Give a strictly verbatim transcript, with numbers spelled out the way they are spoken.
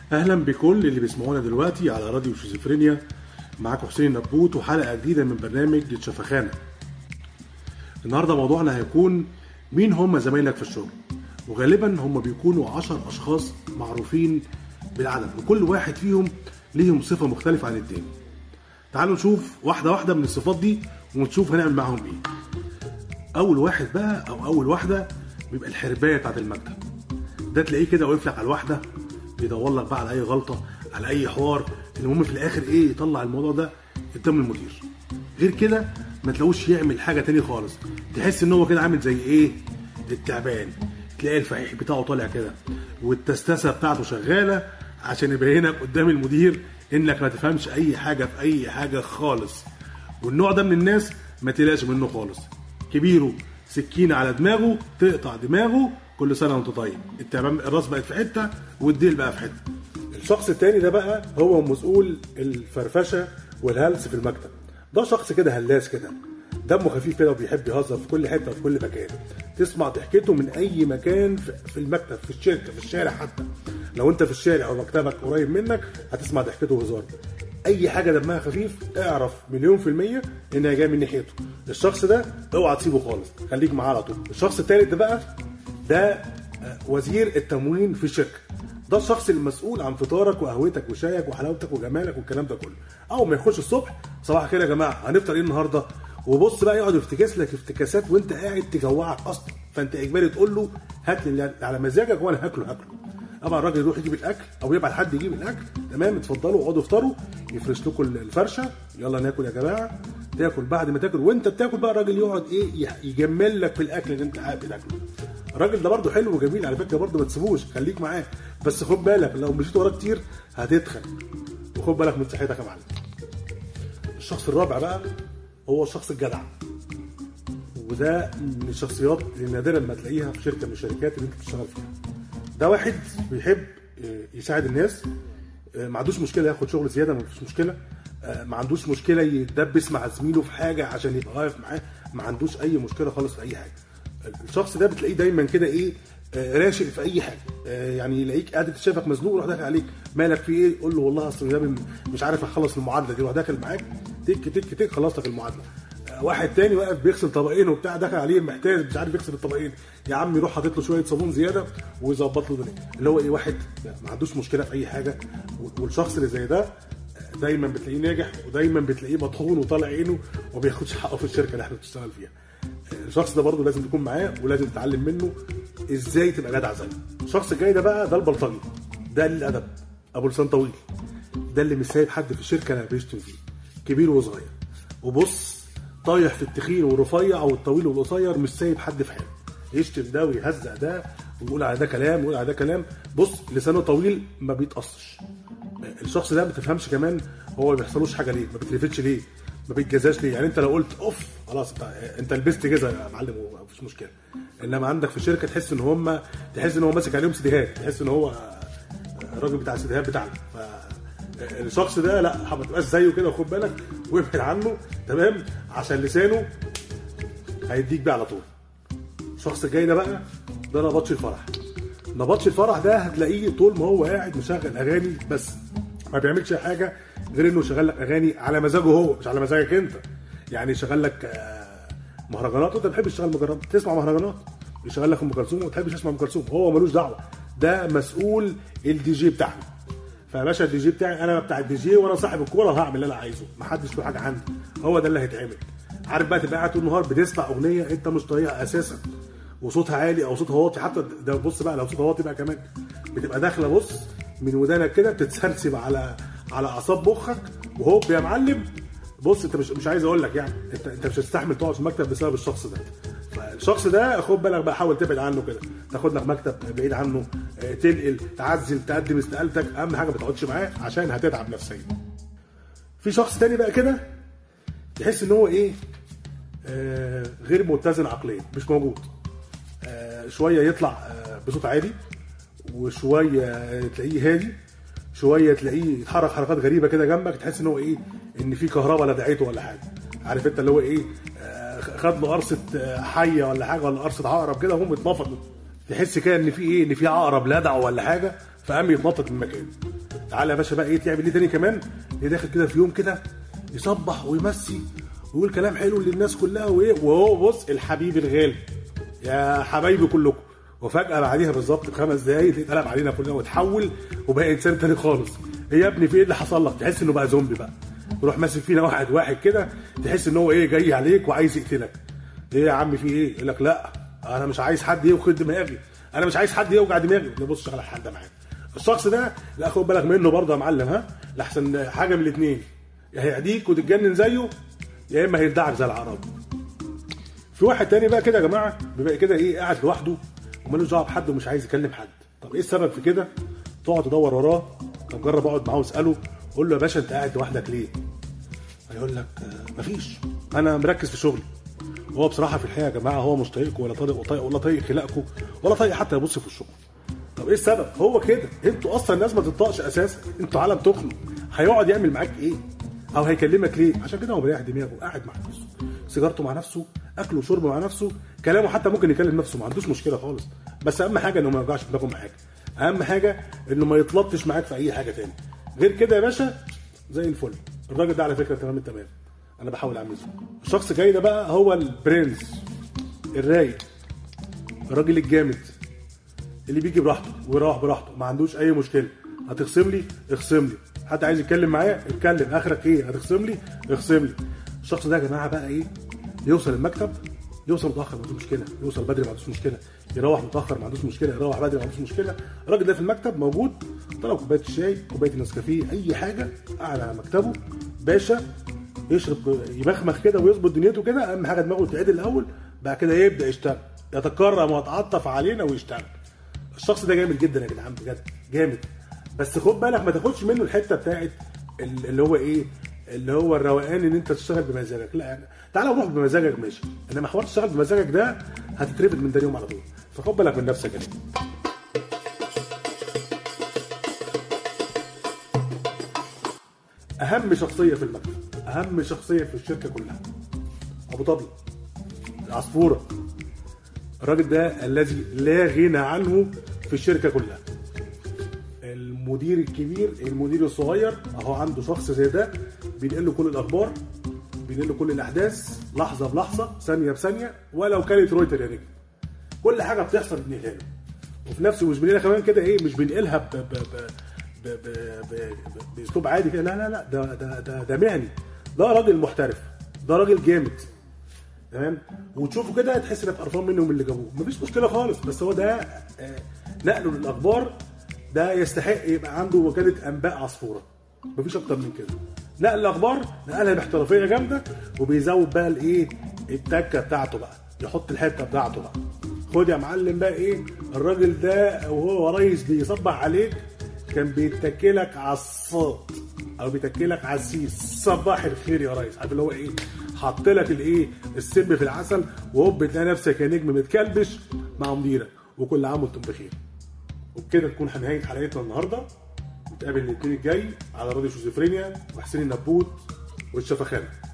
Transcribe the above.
اهلا بكل اللي بيسمعونا دلوقتي على راديو شيزوفرينيا. معاكم حسين النبوت وحلقه جديده من برنامج الشفخانه. النهارده موضوعنا هيكون مين هم زمايلك في الشغل، وغالبا هم بيكونوا عشر اشخاص معروفين بالعدد، وكل واحد فيهم ليهم صفه مختلفه عن التاني. تعالوا نشوف واحده واحده من الصفات دي ونشوف هنعمل معاهم ايه. اول واحد بقى او اول واحده بيبقى الحربايه بتاعت المكتب. ده تلاقيه كده واقف لك على الواحده، بيدور لك بقى على اي غلطه، على اي حوار، المهم في الاخر ايه، يطلع الموضوع ده قدام المدير. غير كده ما تلاقوش يعمل حاجه تاني خالص. تحس ان هو كده عامل زي ايه، التعبان. تلاقي الفحيح بتاعه طالع كده والتستسه بتاعته شغاله عشان يبينك قدام المدير انك ما تفهمش اي حاجه في اي حاجه خالص. والنوع ده من الناس ما تلاش منه خالص. كبيره سكينه على دماغه تقطع دماغه، كل سنه وانت طيب. التعبان الراس بقت في حته والديل بقى في حته. الشخص التاني ده بقى هو مسؤول الفرفشه والهلس في المكتب. ده شخص كده هلاس كده، دمه خفيف كده وبيحب يهزر في كل حته وفي كل مكان. تسمع ضحكته من اي مكان في المكتب، في الشركه، في الشارع حتى. لو انت في الشارع او مكتبك قريب منك هتسمع ضحكته وهزاره. اي حاجه دمها خفيف اعرف مليون في الميه انها جايه من ناحيته. الشخص ده اوعى تسيبه خالص، خليك معاه على طول. الشخص الثالث ده بقى ده وزير التموين في الشركه. ده الشخص المسؤول عن فطارك وقهوتك وشايك وحلاوتك وجمالك والكلام ده كله. اول ما يخش الصبح صباح كده يا جماعه هنفطر ايه النهارده، وبص بقى يقعد يفتكس لك افتكاسات وانت قاعد تجوعك اصلا، فانت اجباري تقول له هات لي على مزاجك وانا هاكله هاكله. طبعا الراجل يروح يجيب الاكل او يبعت حد يجيب الاكل، تمام، اتفضلوا اقعدوا افطروا، يفرش لكم الفرشه، يلا ناكل يا جماعه. تاكل، بعد ما تاكل وانت بتاكل بقى الراجل يقعد ايه، يجمل لك في الاكل اللي انت قاعد بتاكله. الراجل ده برده حلو وجميل على فكره، برده ما تسيبوش، خليك معاه، بس خد بالك لو مشيت وراه كتير هتتخن، وخد بالك من صحتك يا معلم. الشخص الرابع بقى هو الشخص الجدع، وده من الشخصيات اللي نادرا ما تلاقيها في شركه من الشركات اللي انت بتشتغل فيها. ده واحد بيحب يساعد الناس، ما عندوش مشكله ياخد شغل زياده، ما فيش مشكله، ما عندوش مشكله يتدبس مع زميله في حاجه عشان يبقى واقف معاه، ما عندوش اي مشكله خالص في اي حاجه. الشخص ده بتلاقيه دايما كده ايه، راشق في اي حاجه. يعني يلاقيك قاعد شايفك مزنوق يروح داخل عليك، مالك في ايه، قول له والله اصل ده مش عارف اخلص المعادله دي، يروح داخل معاك تك تك تك خلص لك المعادله. واحد تاني واقف بيغسل طبقين وبتاع، داخل عليه محتاج مش عارف يغسل الطبقين، يا عم يروح حاطط له شويه صابون زياده ويظبط له الدنيا. اللي هو ايه، واحد ما عندوش مشكله في اي حاجه. والشخص اللي زي ده دايما بتلاقيه ناجح، ودايما بتلاقيه مطحون وطالع عينه وما بياخدش حقه في الشركه اللي احنا بنشتغل فيها. الشخص ده برضه لازم تكون معاه ولازم تتعلم منه ازاي تبقى جدع زيه. الشخص الجاي ده بقى ده البلطجي، ده اللي الادب، ابو لسان طويل، ده اللي مش سايب حد في الشركه لا بيشتم فيه، كبير وصغير. وبص طايح في التخين والرفيع والطويل والقصير، مش سايب حد في حاله، يشتم ده ويهزق ده ويقول على ده كلام ويقول على ده كلام. بص لسانه طويل ما بيتقصش. الشخص ده ما تفهمش كمان هو ما بيحصلوش حاجه ليه، ما بيترفتش ليه، ما بيتجازاش ليه. يعني انت لو قلت اوف خلاص انت انت لبست جزا يا معلم ومفيش مشكله. انما عندك في الشركه تحس ان هم تحس ان هو ماسك عليهم سيديهات، تحس ان هو الراجل بتاع السيديهات بتاعنا. فالشخص ده لا، ما تبقاش زيه كده وخد بالك وابعد عنه، تمام، عشان لسانه هيديك بيه على طول. الشخص الجاي ده بقى ده نبطش الفرح. نبطش الفرح ده هتلاقيه طول ما هو قاعد مشغل اغاني بس، ما بيعملش حاجه غير انه يشغل لك اغاني على مزاجه هو مش على مزاجك انت. يعني يشغل لك مهرجانات وانت ما بتحبش تشغل مهرجانات، تسمع مهرجانات. يشغل لك ام كلثوم وما تحبش تسمع ام كلثوم، هو ملوش دعوه، ده مسؤول الدي جي بتاعنا. فيا باشا الدي جي بتاعي انا بتاع الدي جي وانا صاحب الكوره وهعمل اللي انا عايزه، ما حدش له حاجه عندي، هو ده اللي هيتعمل. عارف بقى تبقى قاعد طول النهار بتسمع اغنيه انت مش طايقها اساسا وصوتها عالي او صوتها واطي، حتى ده بص بقى لو صوتها واطي بقى كمان بتبقى داخله بص من ودانك كده بتتسرسب على على اعصاب مخك، وهوب يا معلم بص انت مش مش عايز اقول لك، يعني انت انت مش هتستحمل تقعد في المكتب بسبب الشخص ده. فالشخص ده خد بالك بقى، حاول تبعد عنه كده، تاخد لك مكتب بعيد عنه، تنقل، تعزل، تقدم استقالتك، اهم حاجه ما تقعدش معاه عشان هتتعب نفسيا. في شخص تاني بقى كده تحس ان هو ايه، آه غير متزن عقليا، مش موجود. آه شويه يطلع آه بصوت عالي، وشويه تلاقيه هادي، شويه تلاقيه يتحرك حركات غريبه كده جنبك، تحس ان هو ايه، ان في كهرباء لدعيته ولا حاجه. عارف انت اللي هو ايه، آه خد له قرصه حيه ولا حاجه ولا قرصه عقرب كده وهم اتنفضوا، تحس كده ان في ايه، ان في عقرب لدعه ولا حاجه فقام يتنطط من مكانه. تعالى يا باشا بقى ايه تعمل ايه تاني كمان؟ ايه داخل كده في يوم كده يصبح ويمسي ويقول كلام حلو للناس كلها وايه، وهو بص الحبيب الغالي يا حبايبي كلكم، وفجاه بعديها بالظبط بخمس دقايق تلاقيه اتقلب علينا كلنا وتحول وبقى انسان تاني خالص. ايه يا ابني في ايه اللي حصل لك؟ تحس انه بقى زومبي بقى، يروح ماسك فينا واحد واحد كده، تحس ان هو ايه جاي عليك وعايز يقتلك. ايه يا عم في ايه؟ يقول لك لا انا مش عايز حد يوخد دماغي، انا مش عايز حد يوجع دماغي. نبص شغل الحال ده معاك. الشخص ده لا خد بالك منه برضه يا معلم، ها لحسن حاجه من الاثنين، يا هيعديك وتتجنن زيه يا اما هيدعك زي العقرب. في واحد تاني بقى كده يا جماعه بيبقى كده ايه قاعد لوحده ومالوش دعوه بحد ومش عايز يكلم حد. طب ايه السبب في كده؟ تقعد تدور وراه. طب جرب اقعد معاه واساله، قول له يا باشا انت قاعد لوحدك ليه؟ هيقول لك آه مفيش، انا مركز في شغلي. هو بصراحه في الحقيقه يا جماعه هو مش طايقكم ولا طايق ولا طايق خلقكم ولا طايق حتى يبص في الشغل. طب ايه السبب؟ هو كده، انتوا اصلا ناس ما تطاقش اساسا، انتوا عالم تخنق. هيقعد يعمل معاك ايه؟ او هيكلمك ليه؟ عشان كده هو مريح دماغه، قاعد مع نفسه، سيجارته مع نفسه، اكله وشربه مع نفسه، كلامه حتى ممكن يكلم نفسه، ما عندوش مشكله خالص. بس اهم حاجه انه ما يوجعش دماغه معاك، اهم حاجه انه ما يتلطش معاك في اي حاجه تاني. غير كده يا باشا زي الفل. الراجل ده على فكره تمام التمام، انا بحاول اعمله. الشخص الجاي ده بقى هو البرنس الرايق، الراجل الجامد اللي بيجي براحته ويروح براحته، ما عندوش اي مشكله. هتخصم لي اخصم لي، حد عايز يتكلم معايا اتكلم، اخرك ايه؟ هتخصم لي اخصم لي. الشخص ده يا جماعه بقى ايه؟ يوصل المكتب، يوصل متاخر ما عندوش مشكله، يوصل بدري ما عندوش مشكله، يروح متاخر ما عندوش مشكله، يروح بدري ما عندوش مشكله. الراجل ده في المكتب موجود، طلب كوبايه الشاي، كوبايه النسكافيه، اي حاجه، قاعد على مكتبه باشا يشرب يمخمخ كده ويظبط دنيته كده. اهم حاجه دماغه تعدل الاول، بعد كده يبدا يشتغل، يتكرم ويتعطف علينا ويشتغل. الشخص ده جامد جدا يا جدعان بجد جامد. بس خد بالك ما تاخدش منه الحته بتاعت اللي هو ايه، اللي هو الروقان ان انت تشتغل بمزاجك. لا يعني تعالى روح بمزاجك ماشي، انما حوار تشتغل بمزاجك ده هتترفد من تاني يوم على طول. فخد بالك من نفسك يا جدع. اهم شخصيه في المكتب، اهم شخصيه في الشركه كلها، ابو طبل العصفوره. الراجل ده الذي لا غنى عنه في الشركه كلها. المدير الكبير المدير الصغير اهو عنده شخص زي ده بينقل له كل الاخبار، بينقل له كل الاحداث لحظه بلحظه ثانيه بثانيه، ولو كانت رويتر يا نجم كل حاجه بتحصل بينقلها له. وفي نفس مش بينقلها كمان كده ايه، مش بينقلها ب ب ب ب ب باسلوب عادي كده، لا لا لا ده ده ده, ده مهني، ده راجل محترف، ده راجل جامد تمام. وتشوفه كده تحس انك قرفان منه ومن اللي جابوه، مفيش مشكله خالص. بس هو ده نقله للاخبار ده يستحق يبقى عنده وكاله انباء عصفوره، مفيش اكتر من كده. نقل الاخبار نقلها باحترافيه جامده، وبيزود بقى الايه التكه بتاعته بقى، يحط الحته بتاعته بقى. خد يا معلم بقى ايه، الراجل ده وهو ريس بيصبح عليك كان بيتكلك على الصوت او بيتكلك على السيس، صباح الخير يا ريس، عارف اللي هو ايه، حط لك الايه السم في العسل، وهوب تلاقي نفسك يا نجم متكلبش مع مديرك. وكل عام وانتم بخير. وبكده تكون نهايه حلقتنا النهارده. نتقابل الاثنين الجاي على راديو شيزوفرينيا وحسين النبوت والشفخانه.